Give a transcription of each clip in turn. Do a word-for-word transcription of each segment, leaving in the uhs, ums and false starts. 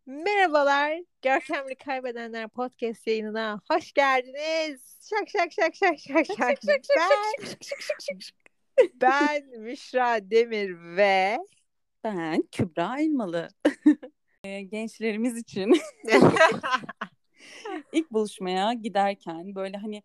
Merhabalar, Görkemli Kaybedenler Podcast yayınına hoş geldiniz. Şak şak şak şak şak Şak şak. şak şak şak şak Ben, şak şak şak şak şak. ben Müşra Demir ve Ben Kübra Elmalı. Ee, Gençlerimiz için ilk buluşmaya giderken böyle hani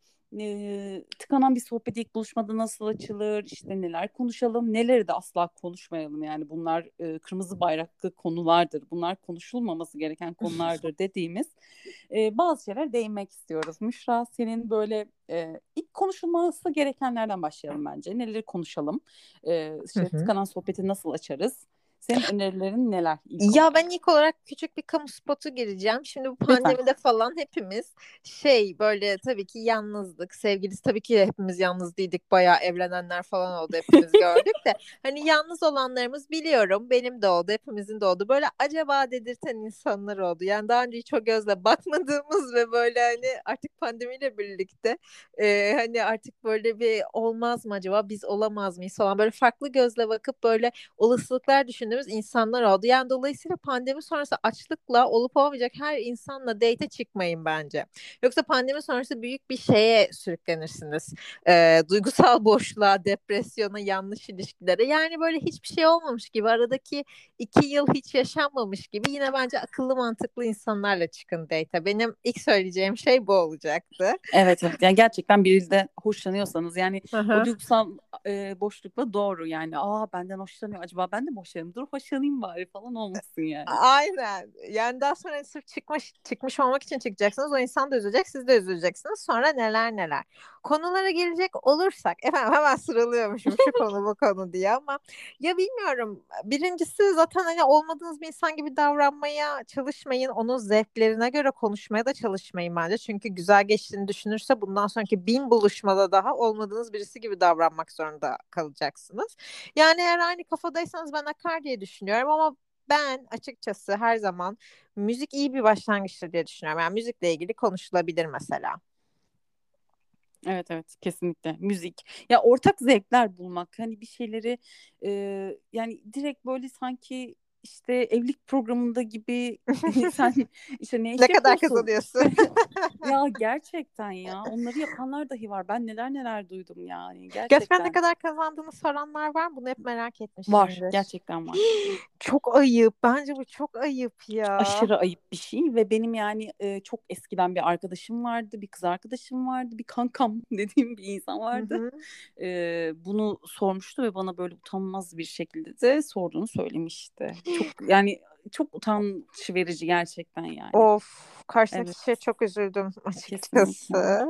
e, tıkanan bir sohbet ilk buluşmada nasıl açılır, işte neler konuşalım, neleri de asla konuşmayalım, yani bunlar e, kırmızı bayraklı konulardır, bunlar konuşulmaması gereken konulardır dediğimiz e, bazı şeyler değinmek istiyoruz. Müşra, senin böyle e, ilk konuşulması gerekenlerden başlayalım bence. Neleri konuşalım? E, Hı işte hı. tıkanan sohbeti nasıl açarız? Senin önerilerin neler ilk Ya olarak? ben ilk olarak küçük bir kamu spotu gireceğim. Şimdi bu Lütfen. pandemide falan hepimiz şey böyle tabii ki yalnızdık. Sevgilisi tabii ki hepimiz yalnız değildik. Bayağı evlenenler falan oldu, hepimiz gördük de. Hani yalnız olanlarımız biliyorum. Benim de oldu, hepimizin de oldu. Böyle acaba dedirten insanlar oldu. Yani daha önce hiç o gözle bakmadığımız ve böyle hani artık pandemiyle birlikte e, hani artık böyle bir olmaz mı acaba, biz olamaz mıyız falan, böyle farklı gözle bakıp böyle olasılıklar düşündüğümüz insanlar oldu. Yani dolayısıyla pandemi sonrası açlıkla olup olmayacak her insanla date çıkmayın bence. Yoksa pandemi sonrası büyük bir şeye sürüklenirsiniz. Ee, duygusal boşluğa, depresyona, yanlış ilişkilere. Yani böyle hiçbir şey olmamış gibi, aradaki iki yıl hiç yaşanmamış gibi yine bence akıllı mantıklı insanlarla çıkın date'e. Benim ilk söyleyeceğim şey bu olacaktı. Evet, evet, yani gerçekten biriyle hoşlanıyorsanız, yani Hı o hı. duygusal e, boşlukla doğru, yani aa benden hoşlanıyor, acaba ben de mi hoşlanayım, dur hoşlanayım bari falan olmasın yani. Aynen. Yani daha sonra sırf çıkmış çıkmış olmak için çıkacaksınız. O insan da üzülecek, siz de üzüleceksiniz. Sonra neler neler. Konulara gelecek olursak, efendim hemen sıralıyormuşum şu konu bu konu diye, ama ya bilmiyorum. Birincisi zaten hani olmadığınız bir insan gibi davranmaya çalışmayın. Onun zevklerine göre konuşmaya da çalışmayın bence. Çünkü güzel geçtiğini düşünürse bundan sonraki bin buluşmada daha olmadığınız birisi gibi davranmak zorunda kalacaksınız. Yani eğer aynı kafadaysanız ben akar diye düşünüyorum, ama ben açıkçası her zaman müzik iyi bir başlangıçtır diye düşünüyorum. Yani müzikle ilgili konuşulabilir mesela. Evet, evet, kesinlikle müzik, ya ortak zevkler bulmak, hani bir şeyleri e, yani direkt böyle sanki işte evlilik programında gibi sen işte ne iş Ne kadar yapıyorsun? kazanıyorsun? Ya gerçekten, ya onları yapanlar dahi var. Ben neler neler duydum yani, Gerçekten ne gerçekten. kadar kazandığını soranlar var mı? Bunu hep merak Var, etmişimdir. gerçekten var. Çok ayıp. Bence bu çok ayıp ya. Aşırı ayıp bir şey ve benim yani e, çok eskiden bir arkadaşım vardı, bir kız arkadaşım vardı, bir kankam dediğim bir insan Hı vardı. hı. E, bunu sormuştu ve bana böyle utanmaz bir şekilde de sorduğunu söylemişti. Çok, yani çok utanç verici gerçekten yani. Of, karşındaki Evet, kişiye çok üzüldüm kesinlikle. açıkçası.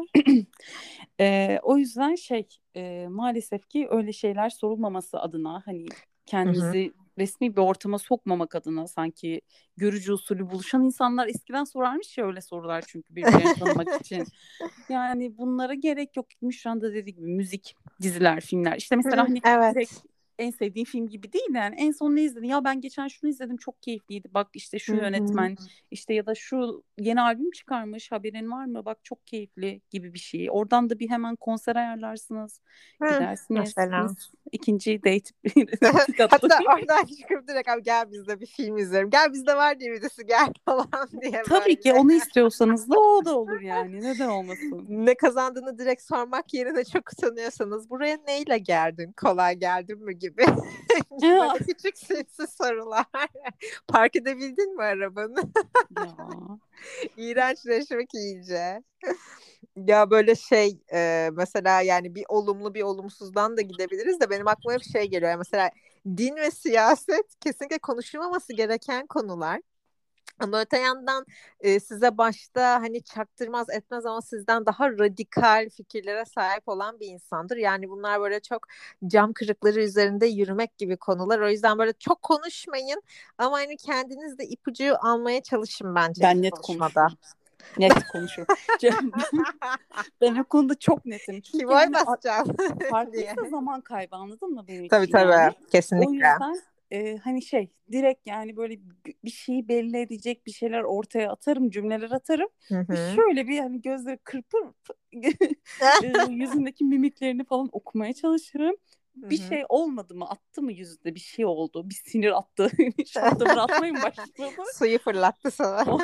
E, o yüzden şey, e, maalesef ki öyle şeyler sorulmaması adına, hani Hı hı. kendimizi resmi bir ortama sokmamak adına, sanki görücü usulü buluşan insanlar eskiden sorarmış ya öyle sorular, çünkü birbirlerini tanımak için. Yani bunlara gerek yok. Şu anda dediği gibi müzik, diziler, filmler. İşte mesela Hı, hani direkt evet. en sevdiğin film gibi değil de, yani en son ne izledin? Ya ben geçen şunu izledim, çok keyifliydi. Bak işte şu Hı hı. yönetmen, işte ya da şu yeni albüm çıkarmış, haberin var mı? Bak çok keyifli gibi bir şey. Oradan da bir hemen konser ayarlarsınız. Hı, Gidersiniz. mesela. Mis. İkinci date tik attım. Hatta oradan çıkıp direkt abi gel bizde bir film izleyelim. Gel bizde var diye birisi gel falan diye Tabii ki böyle. onu istiyorsanız da o da olur yani. Neden olmasın? Ne kazandığını direkt sormak yerine çok utanıyorsanız buraya neyle geldin? Kolay geldin mi gibi. Ya. Böyle küçük sinsi sorular. Park edebildin mi arabanı? Ya. İğrençleşmek iyice. Ya böyle şey e, mesela yani bir olumlu bir olumsuzdan da gidebiliriz de benim aklıma hep şey geliyor. Yani mesela din ve siyaset kesinlikle konuşulmaması gereken konular. Ama öte yandan e, size başta hani çaktırmaz etmez ama sizden daha radikal fikirlere sahip olan bir insandır. Yani bunlar böyle çok cam kırıkları üzerinde yürümek gibi konular. O yüzden böyle çok konuşmayın ama hani kendiniz de ipucu almaya çalışın bence Ben ilk net konuşmada. konuşurum. Net konuşurum. Ben o konuda çok netim. Kim Çünkü oy yani a- basacağım diye. farklıysa zaman kaybı, anladın mı benim Tabii için yani. tabii, O kesinlikle. yüzden e, hani şey, direkt yani böyle b- bir şeyi belli edecek bir şeyler ortaya atarım, cümleler atarım. Hı Ve hı. şöyle bir hani gözleri kırpır e, yüzündeki mimiklerini falan okumaya çalışırım. Hı bir hı. şey olmadı mı? Attı mı yüzde bir şey oldu. Bir sinir attı. Şaftımı atmaya mı başladı? Suyu fırlattı sana. O,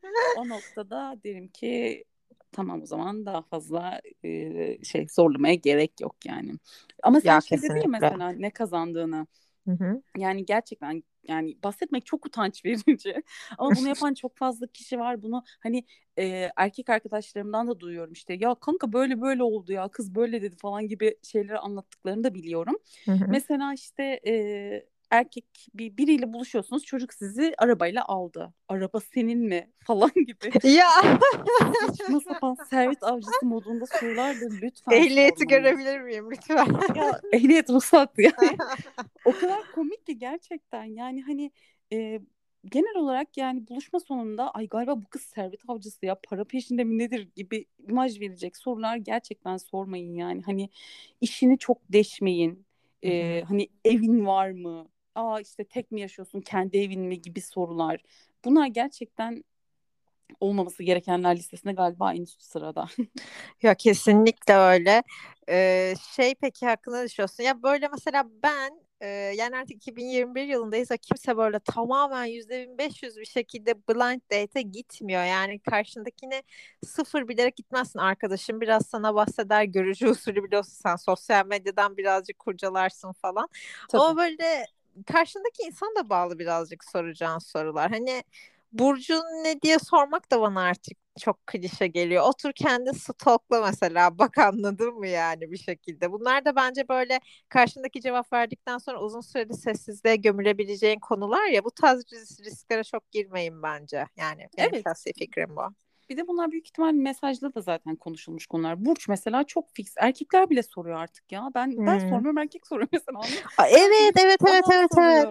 o noktada derim ki tamam, o zaman daha fazla e, şey zorlamaya gerek yok yani. Ama sen Ya şey dedin ya kesinlikle. mesela ne kazandığını. Hı hı. Yani gerçekten, yani bahsetmek çok utanç verici. Ama bunu yapan çok fazla kişi var. Bunu hani e, erkek arkadaşlarımdan da duyuyorum işte. Ya kanka böyle böyle oldu ya, kız böyle dedi falan gibi şeyleri anlattıklarını da biliyorum. Hı hı. Mesela işte e, erkek bir biriyle buluşuyorsunuz. Çocuk sizi arabayla aldı. Araba senin mi falan gibi. Ya Saçma sapan servet avcısı modunda sorular da lütfen ehliyeti sormayın. görebilir miyim lütfen? Ya ehliyet ruhsat yani. O kadar komik ki gerçekten, yani hani e, genel olarak yani buluşma sonunda ay galiba bu kız servet avcısı ya, para peşinde mi nedir gibi imaj verecek sorular gerçekten sormayın yani. Hani işini çok deşmeyin. Hı E, hı. hani evin var mı? Aa işte tek mi yaşıyorsun, kendi evin mi gibi sorular. Bunlar gerçekten olmaması gerekenler listesinde galiba en üst sırada. Ya kesinlikle öyle. Ee, şey peki hakkında ne düşünüyorsun? Ya böyle mesela ben e, yani artık iki bin yirmi bir yılındayız ve kimse böyle tamamen yüzde bin beş yüz bir şekilde blind date'e gitmiyor. Yani karşındakine sıfır bilerek gitmezsin. Arkadaşım biraz sana bahseder, görücü usulü biliyorsun, sen sosyal medyadan birazcık kurcalarsın falan. Ama Tabii. böyle karşındaki insan da bağlı birazcık soracağın sorular. Hani Burcun ne diye sormak da bana artık çok klişe geliyor. Otur kendi stalkla mesela, bak anladın mı yani bir şekilde. Bunlar da bence böyle karşındaki cevap verdikten sonra uzun süreli sessizliğe gömülebileceğin konular ya, bu tarz ris- risklere çok girmeyin bence. Yani benim Evet. şahsi fikrim bu. Bir de bunlar büyük ihtimal mesajda da zaten konuşulmuş konular. Burç mesela çok fix. Erkekler bile soruyor artık ya. Ben ben Hmm. sormuyorum, erkek soruyor mesela. Anladın mı? Aa, Ya da evet çocuk evet evet bana evet evet. soruyor.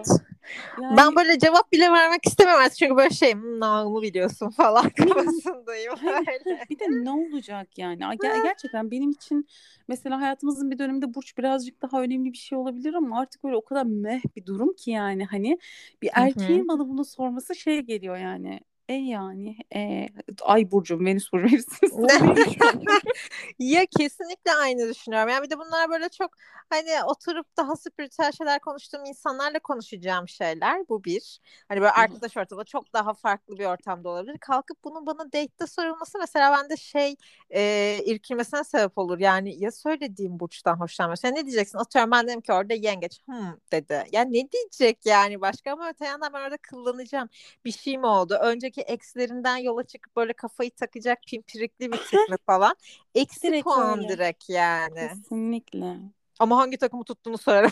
Ben Yani böyle cevap bile vermek istemem artık çünkü böyle şey, "Hmm, namımı biliyorsun" falan ne, kafasındayım aynen. böyle. Bir de ne olacak yani? Ger- gerçekten benim için mesela hayatımızın bir döneminde burç birazcık daha önemli bir şey olabilir ama artık böyle o kadar meh bir durum ki yani hani bir Hı hı. erkeğin bana bunu sorması şey geliyor yani. E yani e, ay burcum, Venüs burcum hepsinin sırrı neymiş falan. Ya kesinlikle aynı düşünüyorum. Yani bir de bunlar böyle çok hani oturup daha spiritüel şeyler konuştuğum insanlarla konuşacağım şeyler. Bu bir. Hani böyle Hı hı. arkadaş ortamında çok daha farklı bir ortamda olabilir. Kalkıp bunun bana date'te sorulması mesela bende şey e, irkilmesine sebep olur. Yani ya söylediğim burçtan hoşlanmıyorsun. Sen ne diyeceksin? Atıyorum ben dedim ki orada yengeç. Hmm dedi. Ya ne diyecek yani başka, ama öte yandan ben orada kıllanacağım. Bir şey mi oldu? Önceki ekslerinden yola çıkıp böyle kafayı takacak pimpirikli bir tip mi falan. Eksi Direkt puan öyle. direkt yani. Kesinlikle. Ama hangi takımı tuttuğunu sorarım.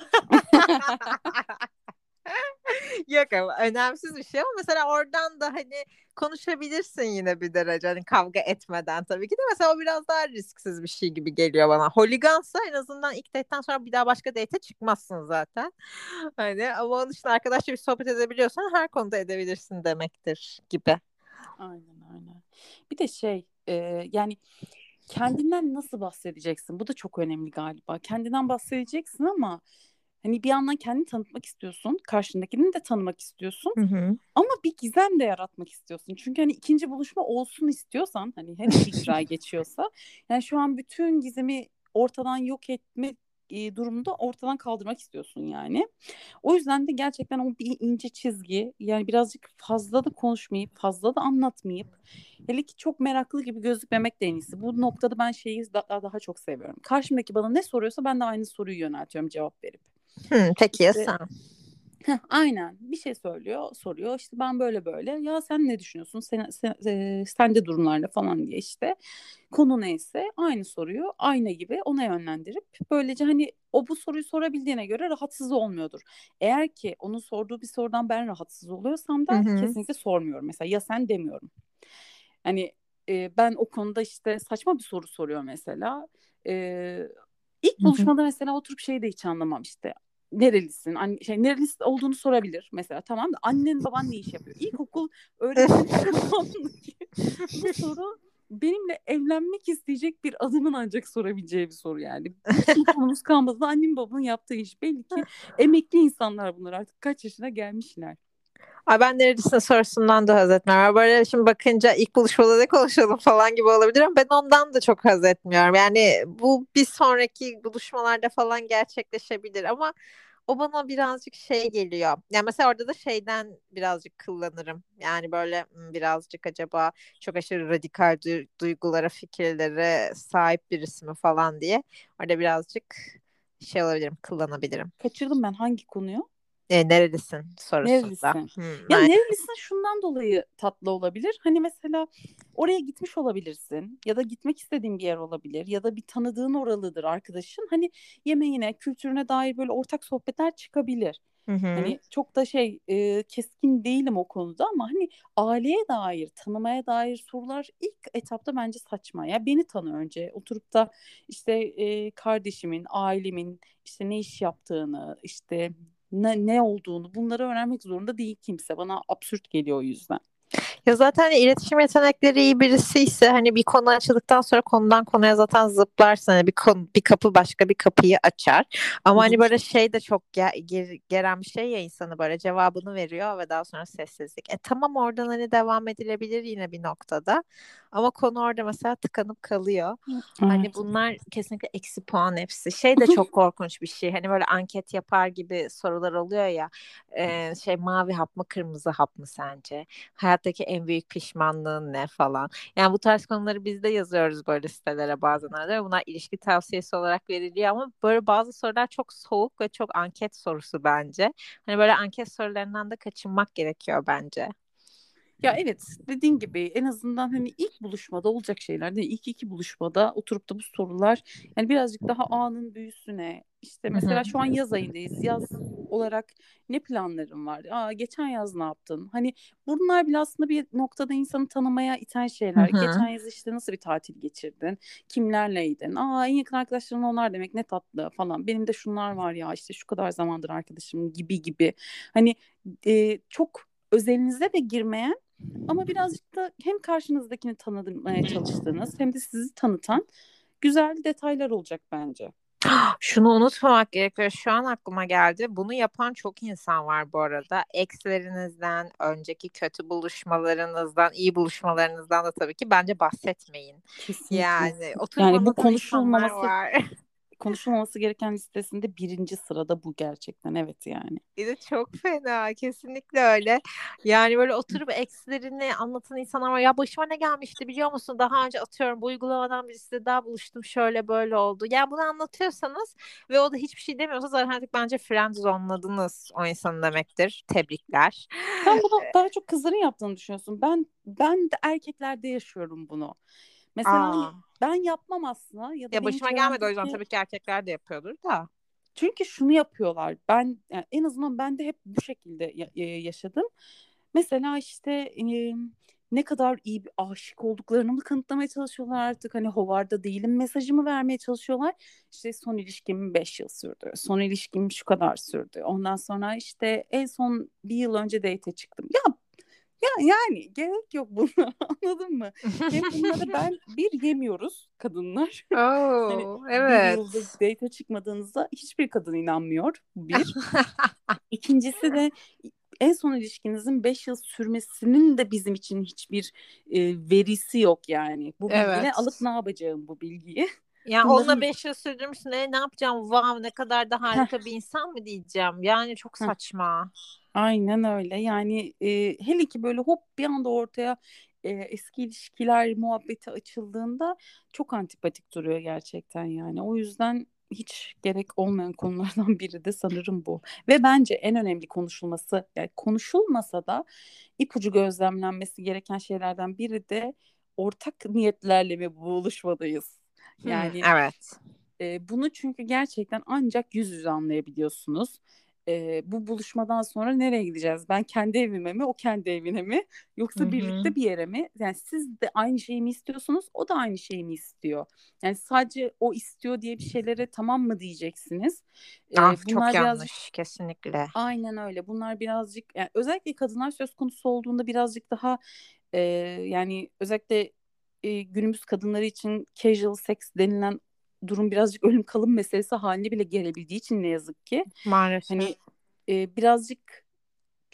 Yok ama önemsiz bir şey, ama mesela oradan da hani konuşabilirsin yine bir derece, hani kavga etmeden tabii ki de. Mesela o biraz daha risksiz bir şey gibi geliyor bana. Holigansa en azından ilk date'ten sonra bir daha başka date'e çıkmazsın zaten. Hani ama onun için arkadaşla bir sohbet edebiliyorsan her konuda edebilirsin demektir gibi. Aynen aynen. Bir de şey e, yani kendinden nasıl bahsedeceksin? Bu da çok önemli galiba. Kendinden bahsedeceksin ama hani bir yandan kendini tanıtmak istiyorsun. Karşındakini de tanımak istiyorsun. Hı hı. Ama bir gizem de yaratmak istiyorsun. Çünkü hani ikinci buluşma olsun istiyorsan, hani her şey güzel geçiyorsa, yani şu an bütün gizemi ortadan yok etme e, durumunda ortadan kaldırmak istiyorsun yani. O yüzden de gerçekten o bir ince çizgi, yani birazcık fazla da konuşmayıp fazla da anlatmayıp, hele ki çok meraklı gibi gözükmemek de en iyisi. Bu noktada ben şeyi daha, daha çok seviyorum. Karşımdaki bana ne soruyorsa ben de aynı soruyu yöneltiyorum cevap verip. Hı, peki ya İşte sen? heh, aynen bir şey söylüyor, soruyor işte ben böyle böyle, ya sen ne düşünüyorsun, sen, sen, e, sende durumlarda falan diye, işte konu neyse aynı soruyu ayna gibi ona yönlendirip, böylece hani o bu soruyu sorabildiğine göre rahatsız olmuyordur. Eğer ki onun sorduğu bir sorudan ben rahatsız oluyorsam Hı da hı. kesinlikle sormuyorum, mesela ya sen demiyorum. Hani e, ben o konuda işte saçma bir soru soruyor mesela. E, ilk Hı hı. buluşmada mesela oturup şey de hiç anlamam işte. Nerelisin? Anne, şey, nerelisi olduğunu sorabilir mesela. Tamam da annen baban ne iş yapıyor? İlkokul öğretmeni kafamda ki bu soru benimle evlenmek isteyecek bir adamın ancak sorabileceği bir soru yani. Hiç mi konumuz kalmadı da annemin babanın yaptığı iş. Belli ki emekli insanlar bunlar, artık kaç yaşına gelmişler. Ay ben nerelisin sorusundan da haz etmiyorum. Böyle şimdi bakınca ilk buluşmada ne konuşalım falan gibi olabilir ama ben ondan da çok haz etmiyorum. Yani bu bir sonraki buluşmalarda falan gerçekleşebilir ama o bana birazcık şey geliyor. Yani mesela orada da şeyden birazcık kullanırım. Yani böyle "Hmm, birazcık acaba çok aşırı radikal du- duygulara, fikirlere sahip birisi mi falan diye. Orada birazcık şey olabilirim, kullanabilirim. Kaçırdım ben hangi konuyu? E, nerelisin sorusunda. Nerelisin? Hmm, Ya aynen. nerelisin şundan dolayı tatlı olabilir. Hani mesela oraya gitmiş olabilirsin ya da gitmek istediğin bir yer olabilir ya da bir tanıdığın oralıdır arkadaşın. Hani yemeğine, kültürüne dair böyle ortak sohbetler çıkabilir. Hı hı. Hani çok da şey e, keskin değilim o konuda ama hani aileye dair, tanımaya dair sorular ilk etapta bence saçma. Ya beni tanı önce. Oturup da işte e, kardeşimin, ailemin işte ne iş yaptığını, işte ne, ne olduğunu bunları öğrenmek zorunda değil kimse. Bana absürt geliyor o yüzden. Ya zaten hani iletişim yetenekleri iyi birisi ise hani bir konu açıldıktan sonra konudan konuya zaten zıplarsın. Hani bir konu, bir kapı başka bir kapıyı açar. Hı Ama hı. hani böyle şey de çok ge- ger- geren bir şey ya, insanı böyle cevabını veriyor ve daha sonra sessizlik. E tamam, oradan hani devam edilebilir yine bir noktada. Ama konu orada mesela tıkanıp kalıyor. Hani Evet. bunlar kesinlikle eksi puan hepsi. Şey de çok korkunç bir şey. Hani böyle anket yapar gibi sorular oluyor ya. E, şey, mavi hap mı kırmızı hap mı sence? Hayattaki en büyük pişmanlığın ne falan. Yani bu tarz konuları biz de yazıyoruz böyle sitelere bazen arada. Bunlar ilişki tavsiyesi olarak veriliyor ama böyle bazı sorular çok soğuk ve çok anket sorusu bence. Hani böyle anket sorularından da kaçınmak gerekiyor bence. Ya evet dediğin gibi en azından hani ilk buluşmada olacak şeyler değil. İlk iki buluşmada oturup da bu sorular yani birazcık daha anın büyüsüne işte Hı hı. mesela şu an yaz ayındayız. Yaz olarak ne planların var? Aa, geçen yaz ne yaptın? Hani bunlar bile aslında bir noktada insanı tanımaya iten Hı şeyler. hı. Geçen yaz işte nasıl bir tatil geçirdin? Kimlerleydin? Aa, en yakın arkadaşların onlar demek ne tatlı falan. Benim de şunlar var ya işte şu kadar zamandır arkadaşım gibi gibi. Hani e, çok özelinize de girmeyen ama birazcık da hem karşınızdakini tanımaya çalıştığınız hem de sizi tanıtan güzel detaylar olacak bence. Şunu unutmamak gerekiyor. Şu an aklıma geldi. Bunu yapan çok insan var bu arada. Ekslerinizden, önceki kötü buluşmalarınızdan, iyi buluşmalarınızdan da tabii ki bence bahsetmeyin. Kesinlikle. Yani oturup Yani bu anlatan insanlar konuşulmaması var. konuşulmaması gereken listesinde birinci sırada bu gerçekten. Evet yani. Bir de çok fena, kesinlikle öyle. Yani böyle oturup eksilerini anlatan insanlar var. Ya başıma ne gelmişti biliyor musun? Daha önce atıyorum bu uygulamadan birisiyle daha buluştum, şöyle böyle oldu. Yani bunu anlatıyorsanız ve o da hiçbir şey demiyorsa zaten artık bence friend zone'ladınız o insanı demektir. Tebrikler. Sen bunu daha çok kızların yaptığını düşünüyorsun. Ben ben de erkeklerde yaşıyorum bunu. Mesela hani Aa. ben yapmam aslında ya da Ya benim başıma gelmedi, o yüzden çevremdeki tabii ki erkekler de yapıyordur da. çünkü şunu yapıyorlar. Ben yani en azından ben de hep bu şekilde ya- e, yaşadım. Mesela işte e, ne kadar iyi bir aşık olduklarını mı kanıtlamaya çalışıyorlar artık. Hani hovarda değilim mesajımı vermeye çalışıyorlar. İşte son ilişkim beş yıl sürdü. Son ilişkim şu kadar sürdü. Ondan sonra işte en son bir yıl önce date çıktım. Ya ya yani gerek yok buna anladın mı? Hem bunları ben bir yemiyoruz kadınlar. Hani Oo, bir yıldır evet. date çıkmadığınızda hiçbir kadın inanmıyor. Bu bir. İkincisi de en son ilişkinizin beş yıl sürmesinin de bizim için hiçbir e, verisi yok yani. Bu bilgiyle alıp Evet. ne yapacağım bu bilgiyi? Yani onunla Bunların beş yıl sürdürmüşsün. E, ne yapacağım? Wow, ne kadar da heh, harika bir insan mı diyeceğim? Yani çok heh, saçma. aynen öyle. Yani e, hele ki böyle hop bir anda ortaya e, eski ilişkiler muhabbeti açıldığında çok antipatik duruyor gerçekten yani. O yüzden hiç gerek olmayan konulardan biri de sanırım bu. Ve bence en önemli konuşulması, yani konuşulmasa da ipucu gözlemlenmesi gereken şeylerden biri de ortak niyetlerle mi buluşmadayız? Hmm, Yani evet. e, bunu çünkü gerçekten ancak yüz yüze anlayabiliyorsunuz. E, bu buluşmadan sonra nereye gideceğiz? Ben kendi evime mi, o kendi evine mi? Hı Yoksa hı. birlikte bir yere mi? Yani siz de aynı şeyi mi istiyorsunuz? O da aynı şeyi mi istiyor? Yani sadece o istiyor diye bir şeylere tamam mı diyeceksiniz? Ah, E, çok bunlar birazcık yanlış. Kesinlikle. aynen öyle. Bunlar birazcık yani özellikle kadınlar söz konusu olduğunda birazcık daha e, yani özellikle e, günümüz kadınları için casual sex denilen durum birazcık ölüm kalım meselesi haline bile gelebildiği için ne yazık ki Maalesef. hani e, birazcık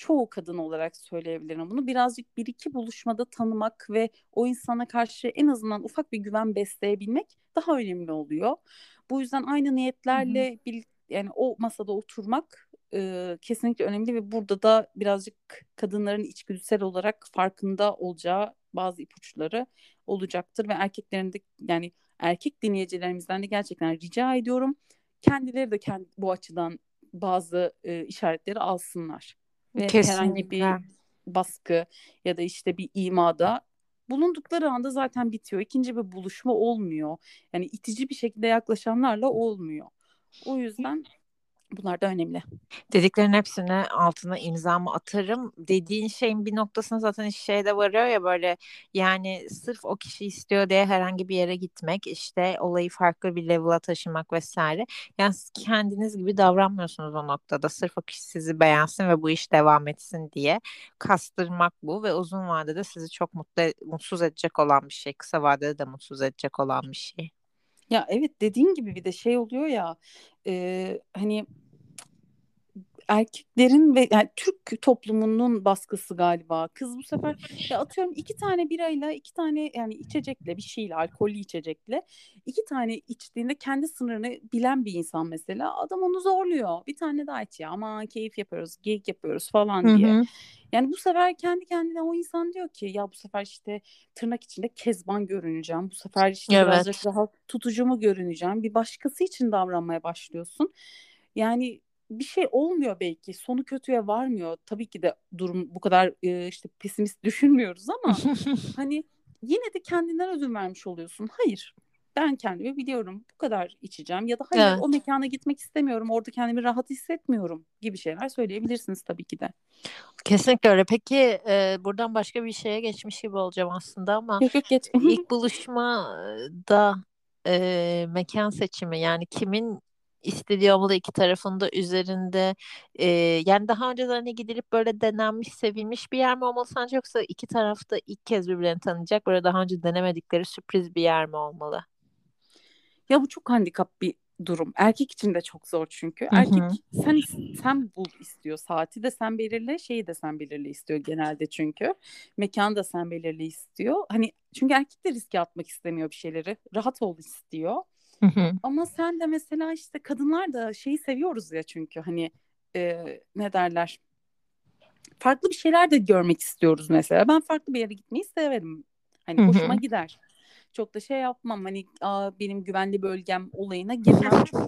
çoğu kadın olarak söyleyebilirim bunu. Birazcık bir iki buluşmada tanımak ve o insana karşı en azından ufak bir güven besleyebilmek daha önemli oluyor. Bu yüzden aynı Hı hı. niyetlerle bir, yani o masada oturmak e, kesinlikle önemli ve burada da birazcık kadınların içgüdüsel olarak farkında olacağı bazı ipuçları olacaktır ve erkeklerin de, yani erkek dinleyicilerimizden de gerçekten rica ediyorum, kendileri de kendi, bu açıdan bazı e, işaretleri alsınlar ve herhangi bir Kesinlikle. baskı ya da işte bir imada bulundukları anda zaten bitiyor. İkinci bir buluşma olmuyor. Yani itici bir şekilde yaklaşanlarla olmuyor. O yüzden bunlar da önemli. Dediklerin hepsine altına imzamı atarım. Dediğin şeyin bir noktasına zaten şey de varıyor ya, böyle yani sırf o kişi istiyor diye herhangi bir yere gitmek, işte olayı farklı bir level'a taşımak vesaire. Yani siz kendiniz gibi davranmıyorsunuz o noktada. Sırf o kişi sizi beğensin ve bu iş devam etsin diye kastırmak bu ve uzun vadede sizi çok mutlu mutsuz edecek olan bir şey. Kısa vadede de mutsuz edecek olan bir şey. Ya evet, dediğin gibi bir de şey oluyor ya, e, hani erkeklerin ve yani Türk toplumunun baskısı galiba. Kız bu sefer, ya atıyorum, iki tane birayla, iki tane yani içecekle, bir şeyle, alkollü içecekle iki tane içtiğinde kendi sınırını bilen bir insan mesela, adam onu zorluyor. Bir tane daha iç ya, aman keyif yapıyoruz, geyik yapıyoruz Hı falan diye. hı. Yani bu sefer kendi kendine o insan diyor ki ya bu sefer işte tırnak içinde kezban görüneceğim. Bu sefer işte birazcık Evet. daha tutucu mu görüneceğim. Bir başkası için davranmaya başlıyorsun. Yani bir şey olmuyor belki. Sonu kötüye varmıyor. Tabii ki de durum bu kadar e, işte pesimist düşünmüyoruz ama hani yine de kendinden ödün vermiş oluyorsun. Hayır. Ben kendimi biliyorum. Bu kadar içeceğim ya da hayır, o Evet. mekana gitmek istemiyorum. Orada kendimi rahat hissetmiyorum gibi şeyler söyleyebilirsiniz tabii ki de. Kesinlikle öyle. Peki e, buradan başka bir şeye geçmiş gibi olacağım aslında ama Yok yok, geç. ilk buluşmada e, mekan seçimi, yani kimin istediği olmalı, iki tarafında üzerinde e, yani daha önceden hani gidilip böyle denenmiş, sevilmiş bir yer mi olmalı sence, yoksa iki tarafta ilk kez birbirlerini tanıyacak, böyle daha önce denemedikleri sürpriz bir yer mi olmalı? Ya bu çok handikap bir durum. Erkek için de çok zor çünkü. Hı hı. Erkek sen is- sen bul istiyor. Saati de sen belirle, şeyi de sen belirle istiyor genelde çünkü. Mekanı da sen belirle istiyor. Hani çünkü erkek de riske atmak istemiyor bir şeyleri. Rahat ol istiyor. Hı hı. Ama sen de mesela işte kadınlar da şeyi seviyoruz ya, çünkü hani e, ne derler? Farklı bir şeyler de görmek istiyoruz mesela. Ben farklı bir yere gitmeyi severim. Hani Hı hoşuma hı. gider. Çok da şey yapmam, hani aa, benim güvenli bölgem olayına girmem çok.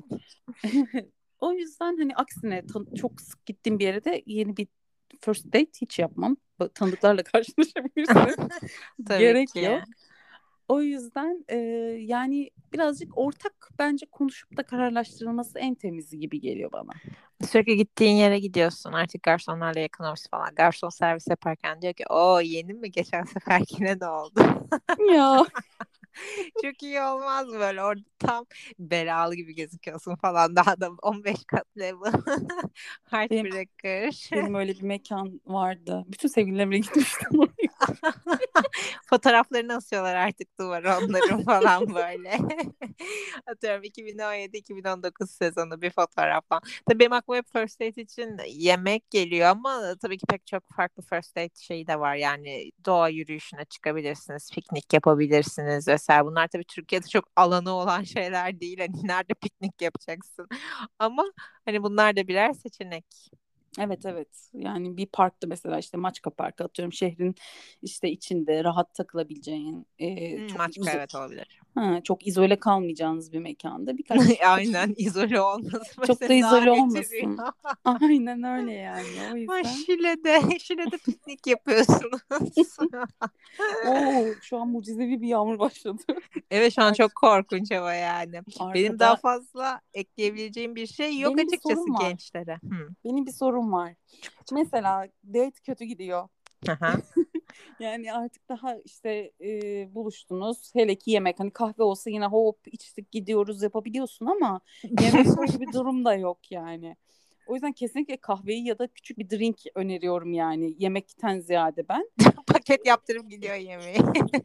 O yüzden hani aksine tan- çok sık gittiğim bir yere de yeni bir first date hiç yapmam. Ba- Tanıdıklarla karşılaşabilirsin. Tabii Gerek ki. yok. O yüzden e, yani birazcık ortak bence konuşup da kararlaştırılması en temizi gibi geliyor bana. Sürekli gittiğin yere gidiyorsun. Artık garsonlarla yakın olmuş falan. Garson servis yaparken diyor ki o yeni mi? Geçen seferkine ne oldu? Ya Çok iyi olmaz mı böyle? Orada tam belalı gibi gözüküyorsun falan. Daha da on beş kat level. benim Heartbreaker. benim öyle bir mekan vardı. Bütün sevgililerimle gitmiştim oraya. Fotoğraflarını asıyorlar artık duvara onların falan böyle. Atıyorum iki bin on yedi-iki bin on dokuz sezonu bir fotoğraf falan. Tabii benim aklıma hep first date için yemek geliyor ama tabii ki pek çok farklı first date şeyi de var. Yani doğa yürüyüşüne çıkabilirsiniz, piknik yapabilirsiniz vesaire. Bunlar tabii Türkiye'de çok alanı olan şeyler değil. Hani nerede piknik yapacaksın? Ama hani bunlar da birer seçenek. Evet evet, yani bir parkta mesela, işte Maçka Parkı, atıyorum şehrin işte içinde rahat takılabileceğin, e, Hmm, çok Maçka izo evet olabilir. ha, çok izole kalmayacağınız bir mekanda birkaç Aynen, izole olması çok da seni daha izole götürüyor. olmasın. Aynen öyle yani, o Ay, yüzden. Şile'de, Şile'de piknik yapıyorsunuz. Oo, şu an mucizevi bir yağmur başladı. Evet, şu an Ar- çok korkunç hava yani. Benim daha Arkada fazla ekleyebileceğim bir şey yok benim bir açıkçası sorum var. gençlere. Hmm. Benim bir sorum var. Mesela date kötü gidiyor. Aha. Yani artık daha işte e, buluştunuz. Hele ki yemek, hani kahve olsa yine hop içtik gidiyoruz yapabiliyorsun ama yemekte öyle bir durum da yok yani. O yüzden kesinlikle kahveyi ya da küçük bir drink öneriyorum yani, yemekten ziyade ben. Paket yaptırıp gidiyor yemeği.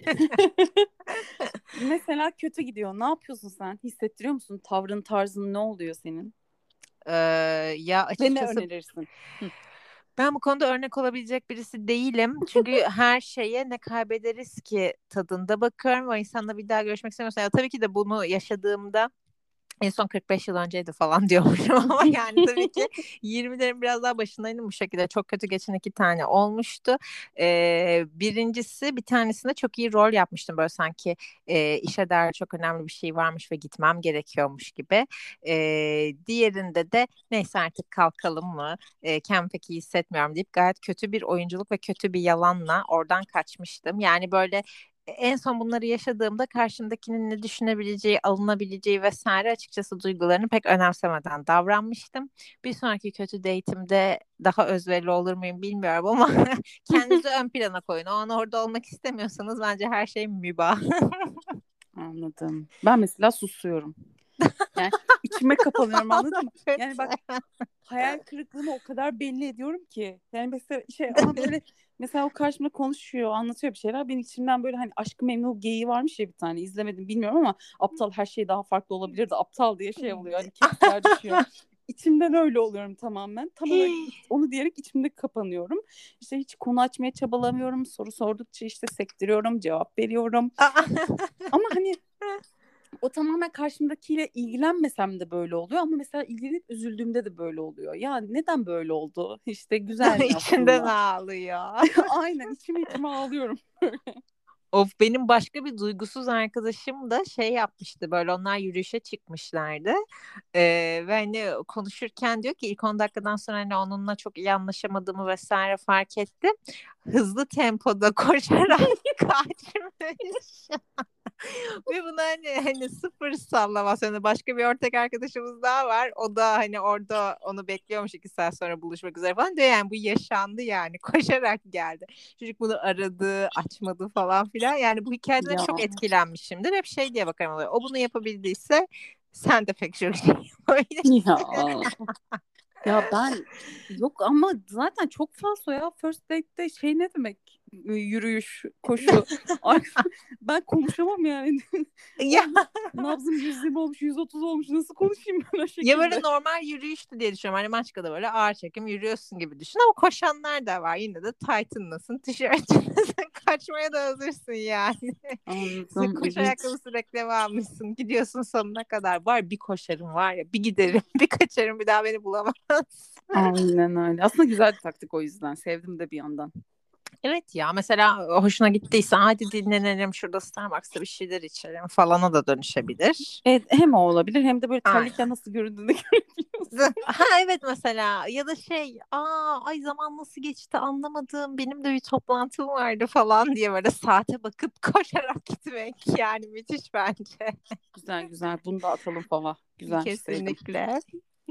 Mesela kötü gidiyor. Ne yapıyorsun sen? Hissettiriyor musun? Tavrın, tarzın ne oluyor senin? Ee, ya Ve ne açıkçası önerirsin? Hı. Ben bu konuda örnek olabilecek birisi değilim. Çünkü her şeye ne kaybederiz ki tadında bakıyorum. O insanla bir daha görüşmek istemiyorsan. Ya tabii ki de bunu yaşadığımda en son kırk beş yıl önceydi falan diyormuşum ama yani tabii ki yirmilerin biraz daha başındaydım bu şekilde. Çok kötü geçen iki tane olmuştu. Ee, birincisi bir tanesinde çok iyi rol yapmıştım. Böyle sanki e, işe dair çok önemli bir şey varmış ve gitmem gerekiyormuş gibi. Ee, diğerinde de neyse artık kalkalım mı? Ee, kendimi pek iyi hissetmiyorum deyip gayet kötü bir oyunculuk ve kötü bir yalanla oradan kaçmıştım. Yani böyle en son bunları yaşadığımda karşımdakinin ne düşünebileceği, alınabileceği vesaire açıkçası duygularını pek önemsemeden davranmıştım. Bir sonraki kötü date'imde daha özverili olur muyum bilmiyorum ama kendinizi ön plana koyun. O an orada olmak istemiyorsanız bence her şey mübah. Anladım. Ben mesela susuyorum. Yani içime kapanıyorum, anladın mı? Yani bak, hayal kırıklığını o kadar belli ediyorum ki. Yani mesela şey, ama böyle mesela o karşımda konuşuyor, anlatıyor bir şeyler. Benim içimden böyle hani Aşk-ı Memnu geyiği varmış ya bir tane, izlemedim bilmiyorum ama aptal her şey daha farklı olabilirdi. Aptal diye şey oluyor, hani kepikler düşüyor. İçimden öyle oluyorum tamamen. Tam olarak onu diyerek içimde kapanıyorum. İşte hiç konu açmaya çabalamıyorum. Soru sordukça işte sektiriyorum, cevap veriyorum. Ama hani o tamamen karşımdakiyle ilgilenmesem de böyle oluyor ama mesela ilgilenip üzüldüğümde de böyle oluyor. Ya neden böyle oldu? İşte güzeldi İçinden aslında. ağlıyor. Aynen, içime içime ağlıyorum. Of, benim başka bir duygusuz arkadaşım da şey yapmıştı, böyle onlar yürüyüşe çıkmışlardı. Ee, ve hani konuşurken diyor ki ilk on dakikadan sonra hani onunla çok iyi anlaşamadığımı vesaire fark ettim. Hızlı tempoda koşarak kaçmış. Ve bunu hani hani sıfır sallaması. Hani başka bir ortak arkadaşımız daha var. O da hani orada onu bekliyormuş iki saat sonra buluşmak üzere falan diyor. Yani bu yaşandı yani. Koşarak geldi. Çocuk bunu aradı, açmadı falan filan. Yani bu hikayeden hep Ya çok etkilenmişimdir. Hep şey diye bakarım oluyor. O bunu yapabildiyse sen de pek çok şey ya yapabilirsin. ya ben yok ama zaten çok fazla ya, first date'te şey ne demek, yürüyüş, koşu. Ay, ben konuşamam yani. Ya Olmuş, nabzım yüz yirmi olmuş, yüz otuz olmuş, nasıl konuşayım ben o Ya böyle şekilde? normal yürüyüştü diye düşünüyorum. Hani Maçka'da böyle ağır çekim yürüyorsun gibi düşün ama koşanlar da var. Yine de tight'ınlasın, tişörtünlasın, kaçmaya da hazırsın yani. İşte Anladım, koşu evet. ayakkabısı reklamı almışsın. Gidiyorsun sonuna kadar. Var bir koşarım var ya, bir giderim, bir kaçarım, bir daha beni bulamaz. Aynen öyle. Aslında güzel bir taktik, o yüzden. Sevdim de bir yandan. Evet ya, mesela hoşuna gittiyse hadi dinlenelim şurada Starbucks'ta bir şeyler içelim falana da dönüşebilir. Evet, hem o olabilir hem de böyle terliyken Aynen. nasıl göründüğünü görebiliyorsun. Ha evet, mesela ya da şey, aa ay zaman nasıl geçti anlamadım, benim de bir toplantım vardı falan diye böyle saate bakıp koşarak gitmek yani müthiş bence. Güzel güzel. Bunu da atalım fava. Güzel, sevdim. Kesinlikle.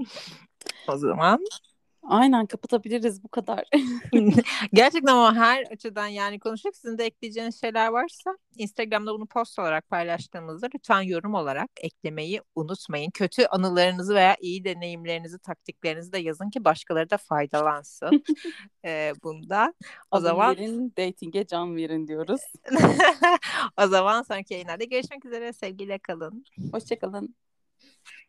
O zaman Aynen, kapatabiliriz bu kadar. gerçekten ama her açıdan yani konuştuk. Sizin de ekleyeceğiniz şeyler varsa Instagram'da bunu post olarak paylaştığımızda lütfen yorum olarak eklemeyi unutmayın. Kötü anılarınızı veya iyi deneyimlerinizi, taktiklerinizi de yazın ki başkaları da faydalansın e, bunda. O Adım zaman verin, dating'e can verin diyoruz. o zaman sonraki yayınlarda görüşmek üzere. Sevgiyle kalın. Hoşçakalın.